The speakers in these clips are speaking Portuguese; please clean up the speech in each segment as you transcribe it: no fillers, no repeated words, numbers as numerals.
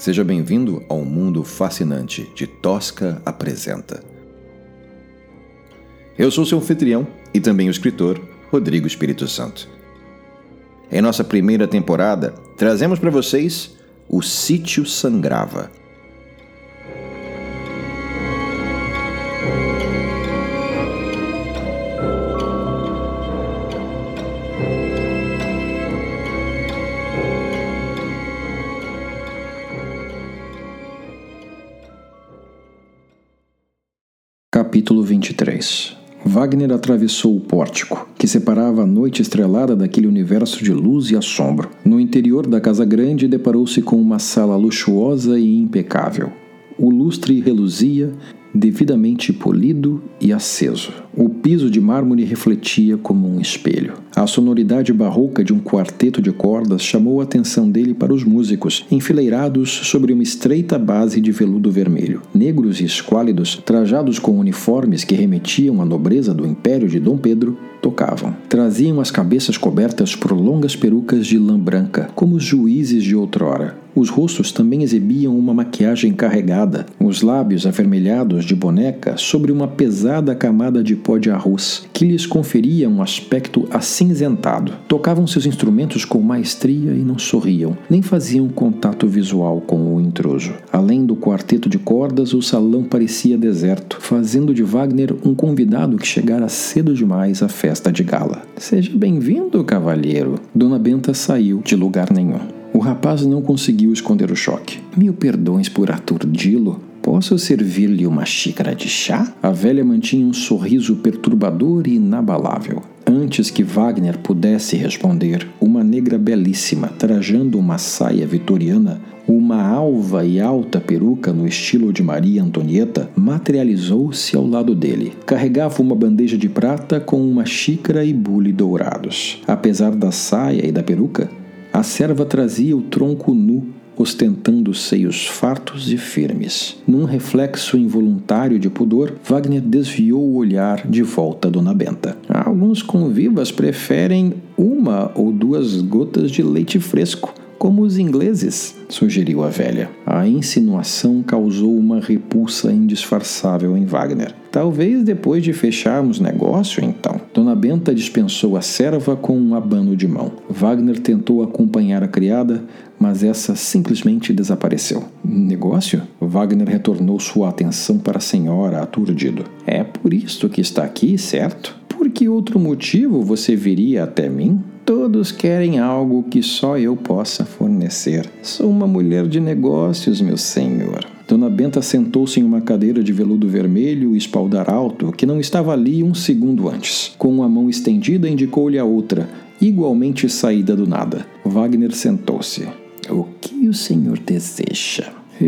Seja bem-vindo ao mundo fascinante de Tosca Apresenta. Eu sou seu anfitrião e também o escritor Rodrigo Espírito Santo. Em nossa primeira temporada, trazemos para vocês O Sítio Sangrava. Capítulo 23. Wagner atravessou o pórtico, que separava a noite estrelada daquele universo de luz e assombro. No interior da casa grande, deparou-se com uma sala luxuosa e impecável. O lustre reluzia, devidamente polido e aceso. O piso de mármore refletia como um espelho. A sonoridade barroca de um quarteto de cordas chamou a atenção dele para os músicos, enfileirados sobre uma estreita base de veludo vermelho. Negros e esquálidos, trajados com uniformes que remetiam à nobreza do império de Dom Pedro, tocavam. Traziam as cabeças cobertas por longas perucas de lã branca, como os juízes de outrora. Os rostos também exibiam uma maquiagem carregada, os lábios avermelhados de boneca sobre uma pesada camada de pó de arroz, que lhes conferia um aspecto acinzentado. Tocavam seus instrumentos com maestria e não sorriam, nem faziam contato visual com o intruso. Além do quarteto de cordas, o salão parecia deserto, fazendo de Wagner um convidado que chegara cedo demais à festa de gala. Seja bem-vindo, cavalheiro. Dona Benta saiu de lugar nenhum. O rapaz não conseguiu esconder o choque. Mil perdões por aturdi-lo. Posso servir-lhe uma xícara de chá? A velha mantinha um sorriso perturbador e inabalável. Antes que Wagner pudesse responder, uma negra belíssima, trajando uma saia vitoriana, uma alva e alta peruca no estilo de Maria Antonieta, materializou-se ao lado dele. Carregava uma bandeja de prata com uma xícara e bule dourados. Apesar da saia e da peruca, a serva trazia o tronco nu, ostentando seios fartos e firmes. Num reflexo involuntário de pudor, Wagner desviou o olhar de volta a Dona Benta. Alguns convivas preferem 1 ou 2 gotas de leite fresco, como os ingleses, sugeriu a velha. A insinuação causou uma repulsa indisfarçável em Wagner. Talvez depois de fecharmos negócio, então. Dona Benta dispensou a serva com um abano de mão. Wagner tentou acompanhar a criada, mas essa simplesmente desapareceu. Negócio? Wagner retornou sua atenção para a senhora, aturdido. É por isso que está aqui, certo? Por que outro motivo você viria até mim? Todos querem algo que só eu possa fornecer. Sou uma mulher de negócios, meu senhor. Dona Benta sentou-se em uma cadeira de veludo vermelho e espaldar alto, que não estava ali um segundo antes. Com uma mão estendida, indicou-lhe a outra, igualmente saída do nada. Wagner sentou-se. O que o senhor deseja?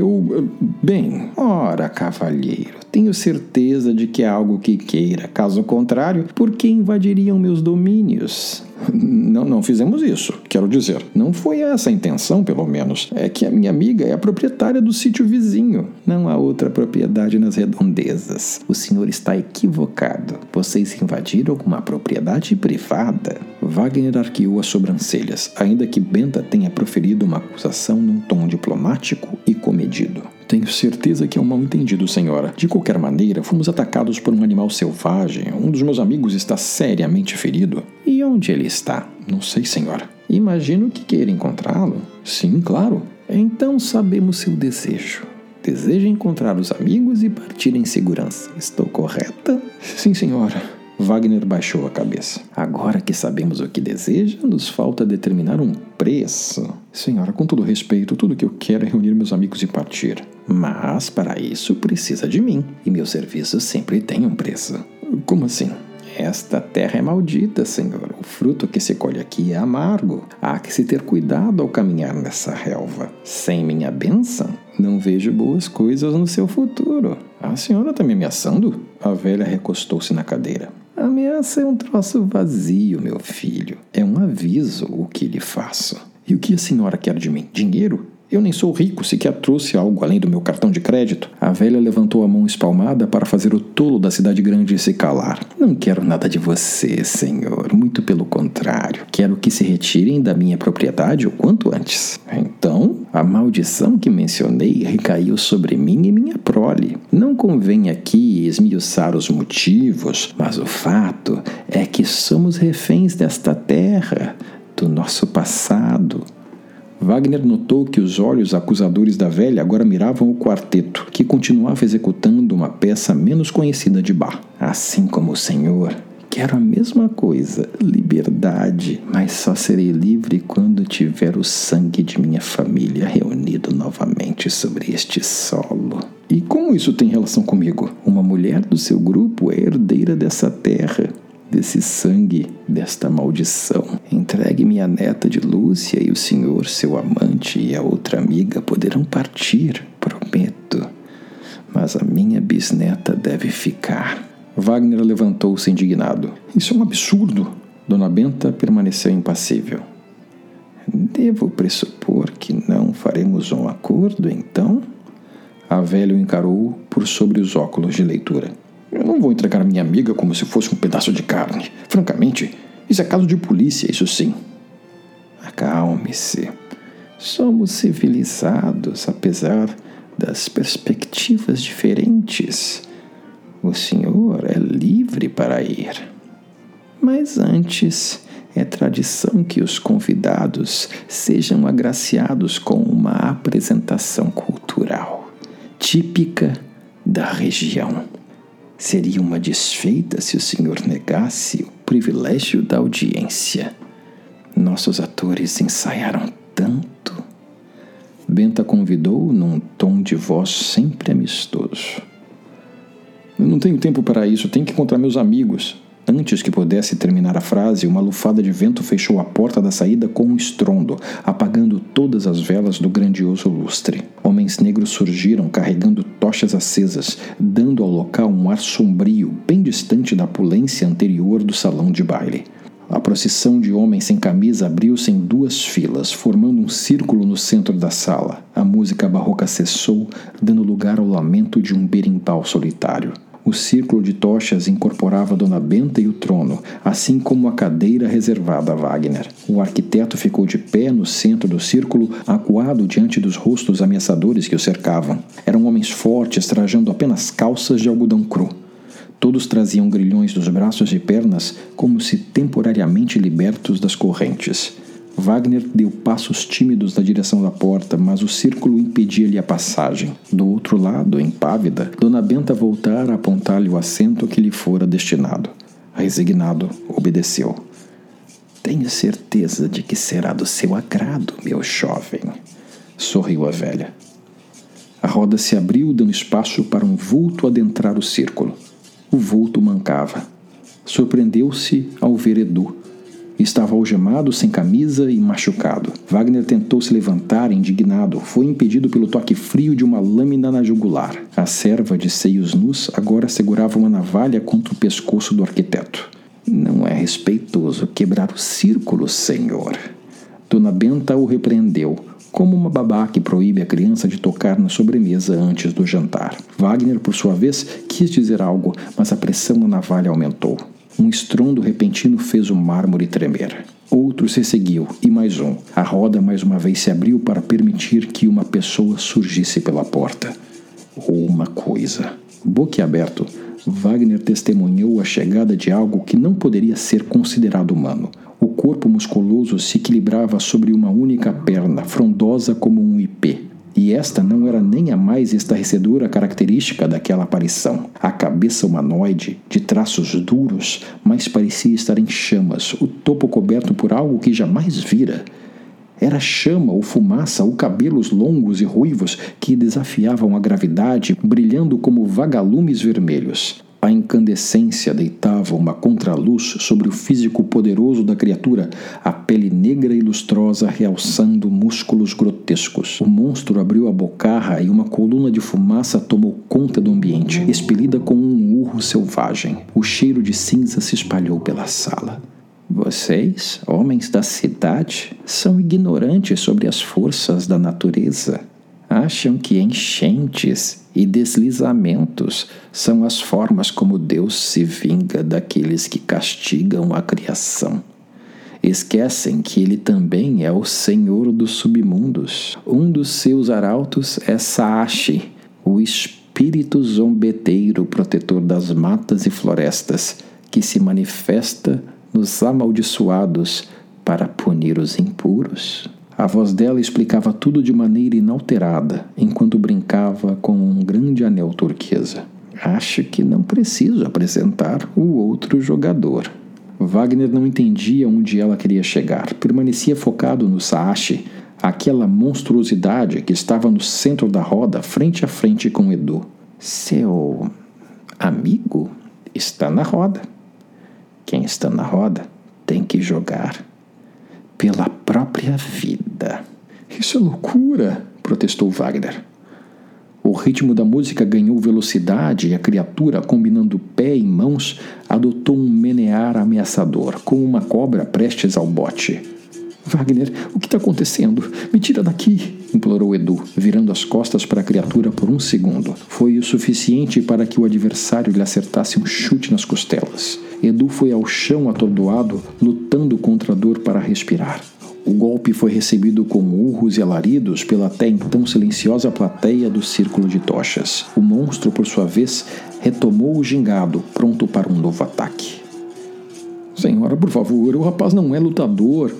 Bem, ora, cavalheiro, tenho certeza de que é algo que queira. Caso contrário, por que invadiriam meus domínios? Não fizemos isso, quero dizer. Não foi essa a intenção, pelo menos. É que a minha amiga é a proprietária do sítio vizinho. Não há outra propriedade nas redondezas. O senhor está equivocado. Vocês invadiram uma propriedade privada. Wagner arqueou as sobrancelhas, ainda que Benta tenha proferido uma acusação num tom diplomático e comedido. Tenho certeza que é um mal-entendido, senhora. De qualquer maneira, fomos atacados por um animal selvagem. Um dos meus amigos está seriamente ferido. E onde ele está? Não sei, senhora. Imagino que queira encontrá-lo. Sim, claro. Então sabemos seu desejo. Deseja encontrar os amigos e partir em segurança. Estou correta? Sim, senhora. Wagner baixou a cabeça. Agora que sabemos o que deseja, nos falta determinar um preço. Senhora, com todo respeito, tudo que eu quero é reunir meus amigos e partir. Mas, para isso, precisa de mim. E meu serviço sempre tem um preço. Como assim? Esta terra é maldita, senhor. O fruto que se colhe aqui é amargo. Há que se ter cuidado ao caminhar nessa relva. Sem minha bênção, não vejo boas coisas no seu futuro. A senhora está me ameaçando? A velha recostou-se na cadeira. A ameaça é um troço vazio, meu filho. É um aviso o que lhe faço. E o que a senhora quer de mim? Dinheiro? Eu nem sou rico, sequer trouxe algo além do meu cartão de crédito. A velha levantou a mão espalmada para fazer o tolo da cidade grande se calar. Não quero nada de você, senhor. Muito pelo contrário. Quero que se retirem da minha propriedade o quanto antes. Então, A maldição que mencionei recaiu sobre mim e minha prole. Não convém aqui esmiuçar os motivos, mas o fato é que somos reféns desta terra, do nosso passado. Wagner notou que os olhos acusadores da velha agora miravam o quarteto, que continuava executando uma peça menos conhecida de Bach. Assim como o Senhor, quero a mesma coisa, liberdade, mas só serei livre quando tiver o sangue de minha família reunido novamente sobre este solo. E como isso tem relação comigo? Uma mulher do seu grupo é herdeira dessa terra, desse sangue, desta maldição. Entregue minha neta de Lúcia e o senhor, seu amante, e a outra amiga poderão partir, prometo. Mas a minha bisneta deve ficar. Wagner levantou-se indignado. Isso é um absurdo. Dona Benta permaneceu impassível. Devo pressupor que não faremos um acordo, então? A velha o encarou por sobre os óculos de leitura. Eu não vou entregar minha amiga como se fosse um pedaço de carne. Francamente, isso é caso de polícia, isso sim. Acalme-se. Somos civilizados, apesar das perspectivas diferentes. O senhor é livre para ir. Mas antes, é tradição que os convidados sejam agraciados com uma apresentação cultural, típica da região. Seria uma desfeita se o senhor negasse o privilégio da audiência. Nossos atores ensaiaram tanto. Benta convidou num tom de voz sempre amistoso. Eu não tenho tempo para isso, tenho que encontrar meus amigos. Antes que pudesse terminar a frase, uma lufada de vento fechou a porta da saída com um estrondo, apagando todas as velas do grandioso lustre. Homens negros surgiram carregando tochas acesas, dando ao local um ar sombrio, bem distante da opulência anterior do salão de baile. A procissão de homens sem camisa abriu-se em 2 filas, formando um círculo no centro da sala. A música barroca cessou, dando lugar ao lamento de um berimbau solitário. O círculo de tochas incorporava Dona Benta e o trono, assim como a cadeira reservada a Wagner. O arquiteto ficou de pé no centro do círculo, acuado diante dos rostos ameaçadores que o cercavam. Eram homens fortes, trajando apenas calças de algodão cru. Todos traziam grilhões dos braços e pernas, como se temporariamente libertos das correntes. Wagner deu passos tímidos na direção da porta, mas o círculo impedia-lhe a passagem. Do outro lado, impávida, Dona Benta voltara a apontar-lhe o assento que lhe fora destinado. Resignado, obedeceu. Tenho certeza de que será do seu agrado, meu jovem, sorriu a velha. A roda se abriu, dando espaço para um vulto adentrar o círculo. O vulto mancava. Surpreendeu-se ao ver Edu. Estava algemado, sem camisa e machucado. Wagner tentou se levantar, indignado. Foi impedido pelo toque frio de uma lâmina na jugular. A serva de seios nus agora segurava uma navalha contra o pescoço do arquiteto. Não é respeitoso quebrar o círculo, senhor. Dona Benta o repreendeu, como uma babá que proíbe a criança de tocar na sobremesa antes do jantar. Wagner, por sua vez, quis dizer algo, mas a pressão na navalha aumentou. Um estrondo repentino fez o mármore tremer. Outro se seguiu, e mais um. A roda mais uma vez se abriu para permitir que uma pessoa surgisse pela porta. Ou uma coisa. Boquiaberto, Wagner testemunhou a chegada de algo que não poderia ser considerado humano. O corpo musculoso se equilibrava sobre uma única perna, frondosa como um ipê. E esta não era nem a mais estarrecedora característica daquela aparição. A cabeça humanoide, de traços duros, mas parecia estar em chamas, o topo coberto por algo que jamais vira. Era chama ou fumaça ou cabelos longos e ruivos que desafiavam a gravidade, brilhando como vagalumes vermelhos. A incandescência deitava uma contraluz sobre o físico poderoso da criatura, a pele negra e lustrosa realçando músculos grotescos. O monstro abriu a bocarra e uma coluna de fumaça tomou conta do ambiente, expelida com um urro selvagem. O cheiro de cinza se espalhou pela sala. Vocês, homens da cidade, são ignorantes sobre as forças da natureza. Acham que enchentes e deslizamentos são as formas como Deus se vinga daqueles que castigam a criação. Esquecem que ele também é o senhor dos submundos. Um dos seus arautos é Saashi, o espírito zombeteiro protetor das matas e florestas, que se manifesta nos amaldiçoados para punir os impuros. A voz dela explicava tudo de maneira inalterada, enquanto brincava com um grande anel turquesa. Acho que não preciso apresentar o outro jogador. Wagner não entendia onde ela queria chegar. Permanecia focado no Saashi, aquela monstruosidade que estava no centro da roda, frente a frente com Edu. Seu amigo está na roda. Quem está na roda tem que jogar pela própria vida. Isso é loucura, protestou Wagner. O ritmo da música ganhou velocidade e a criatura, combinando pé e mãos, adotou um menear ameaçador, como uma cobra prestes ao bote. Wagner, o que está acontecendo? Me tira daqui, implorou Edu, virando as costas para a criatura por um segundo. Foi o suficiente para que o adversário lhe acertasse um chute nas costelas. Edu foi ao chão atordoado, lutando contra a dor para respirar. O golpe foi recebido com urros e alaridos pela até então silenciosa plateia do círculo de tochas. O monstro, por sua vez, retomou o gingado, pronto para um novo ataque. Senhora, por favor, o rapaz não é lutador.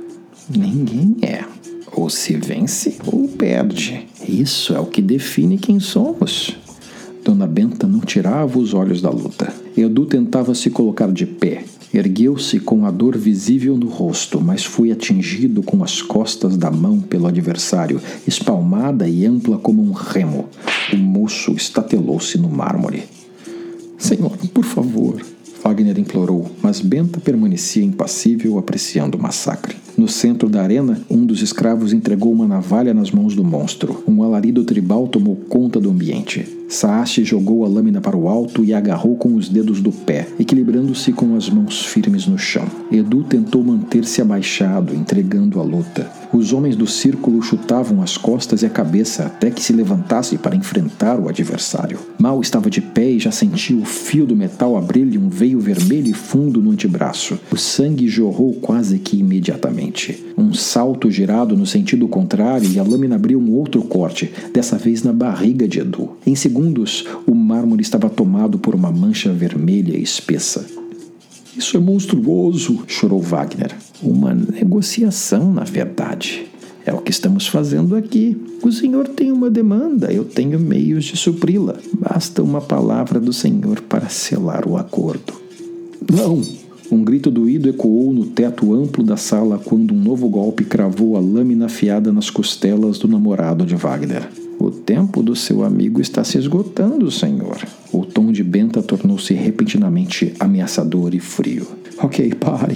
Ninguém é. Ou se vence ou perde. Isso é o que define quem somos. Dona Benta não tirava os olhos da luta. Edu tentava se colocar de pé. Ergueu-se com a dor visível no rosto, mas foi atingido com as costas da mão pelo adversário, espalmada e ampla como um remo. O moço estatelou-se no mármore. Senhor, por favor, Wagner implorou, mas Benta permanecia impassível, apreciando o massacre. No centro da arena, um dos escravos entregou uma navalha nas mãos do monstro. Um alarido tribal tomou conta do ambiente. Saashi jogou a lâmina para o alto e a agarrou com os dedos do pé, equilibrando-se com as mãos firmes no chão. Edu tentou manter-se abaixado, entregando a luta. Os homens do círculo chutavam as costas e a cabeça até que se levantasse para enfrentar o adversário. Mal estava de pé e já sentia o fio do metal abrir-lhe um veio vermelho e fundo no antebraço. O sangue jorrou quase que imediatamente. Um salto girado no sentido contrário e a lâmina abriu um outro corte, dessa vez na barriga de Edu. Em segundos, o mármore estava tomado por uma mancha vermelha e espessa. Isso é monstruoso, chorou Wagner. Uma negociação, na verdade. É o que estamos fazendo aqui. O senhor tem uma demanda, eu tenho meios de supri-la. Basta uma palavra do senhor para selar o acordo. Não! Um grito doído ecoou no teto amplo da sala quando um novo golpe cravou a lâmina afiada nas costelas do namorado de Wagner. O tempo do seu amigo está se esgotando, senhor. O tom de Benta tornou-se repentinamente ameaçador e frio. Ok,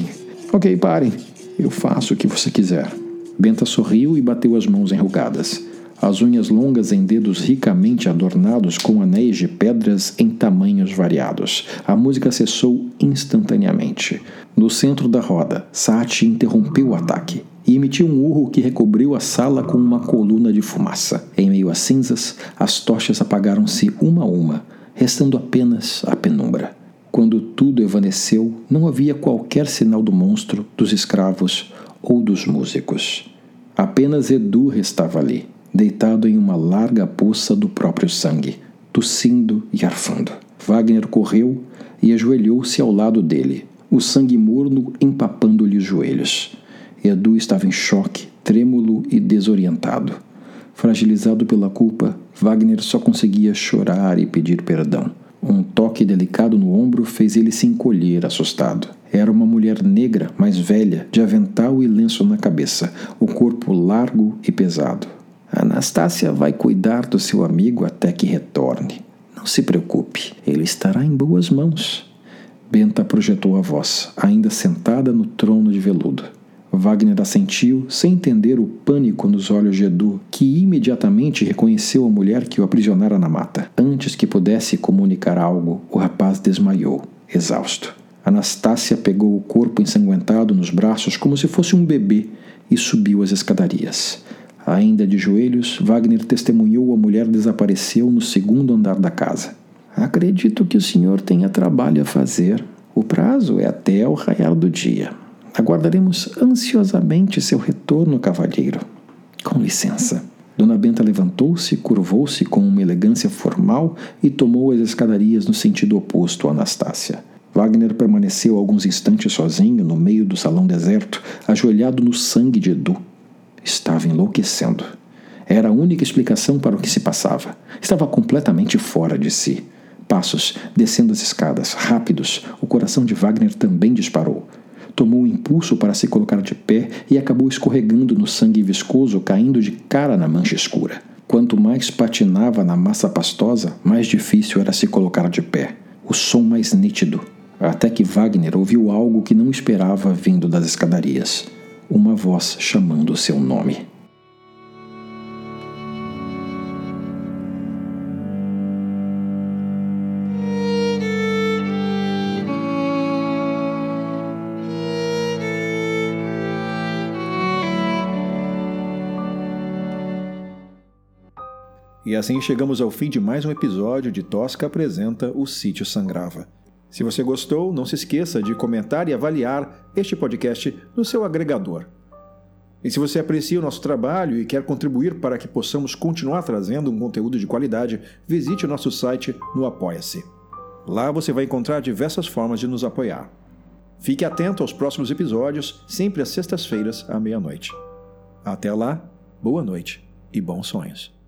parem. Eu faço o que você quiser. Benta sorriu e bateu as mãos enrugadas. As unhas longas em dedos ricamente adornados com anéis de pedras em tamanhos variados. A música cessou instantaneamente. No centro da roda, Saashi interrompeu o ataque e emitiu um urro que recobriu a sala com uma coluna de fumaça. Em meio às cinzas, as tochas apagaram-se uma a uma, restando apenas a penumbra. Quando tudo evaneceu, não havia qualquer sinal do monstro, dos escravos ou dos músicos. Apenas Edu restava ali, deitado em uma larga poça do próprio sangue, tossindo e arfando. Wagner correu e ajoelhou-se ao lado dele, o sangue morno empapando-lhe os joelhos. Edu estava em choque, trêmulo e desorientado. Fragilizado pela culpa, Wagner só conseguia chorar e pedir perdão. Um toque delicado no ombro fez ele se encolher, assustado. Era uma mulher negra, mais velha, de avental e lenço na cabeça, o corpo largo e pesado. Anastácia vai cuidar do seu amigo até que retorne. Não se preocupe, ele estará em boas mãos. Benta projetou a voz, ainda sentada no trono de veludo. Wagner assentiu, sem entender o pânico nos olhos de Edu, que imediatamente reconheceu a mulher que o aprisionara na mata. Antes que pudesse comunicar algo, o rapaz desmaiou, exausto. Anastácia pegou o corpo ensanguentado nos braços como se fosse um bebê e subiu as escadarias. Ainda de joelhos, Wagner testemunhou a mulher desapareceu no segundo andar da casa. Acredito que o senhor tenha trabalho a fazer. O prazo é até o raiar do dia. Aguardaremos ansiosamente seu retorno, cavalheiro. Com licença. Dona Benta levantou-se, curvou-se com uma elegância formal e tomou as escadarias no sentido oposto a Anastácia. Wagner permaneceu alguns instantes sozinho no meio do salão deserto, ajoelhado no sangue de Edu. Estava enlouquecendo. Era a única explicação para o que se passava. Estava completamente fora de si. Passos, descendo as escadas, rápidos, o coração de Wagner também disparou. Tomou um impulso para se colocar de pé e acabou escorregando no sangue viscoso, caindo de cara na mancha escura. Quanto mais patinava na massa pastosa, mais difícil era se colocar de pé. O som mais nítido, até que Wagner ouviu algo que não esperava vindo das escadarias. Uma voz chamando seu nome. E assim chegamos ao fim de mais um episódio de Tosca Apresenta O Sítio Sangrava. Se você gostou, não se esqueça de comentar e avaliar este podcast no seu agregador. E se você aprecia o nosso trabalho e quer contribuir para que possamos continuar trazendo um conteúdo de qualidade, visite o nosso site no Apoia-se. Lá você vai encontrar diversas formas de nos apoiar. Fique atento aos próximos episódios, sempre às sextas-feiras, à meia-noite. Até lá, boa noite e bons sonhos.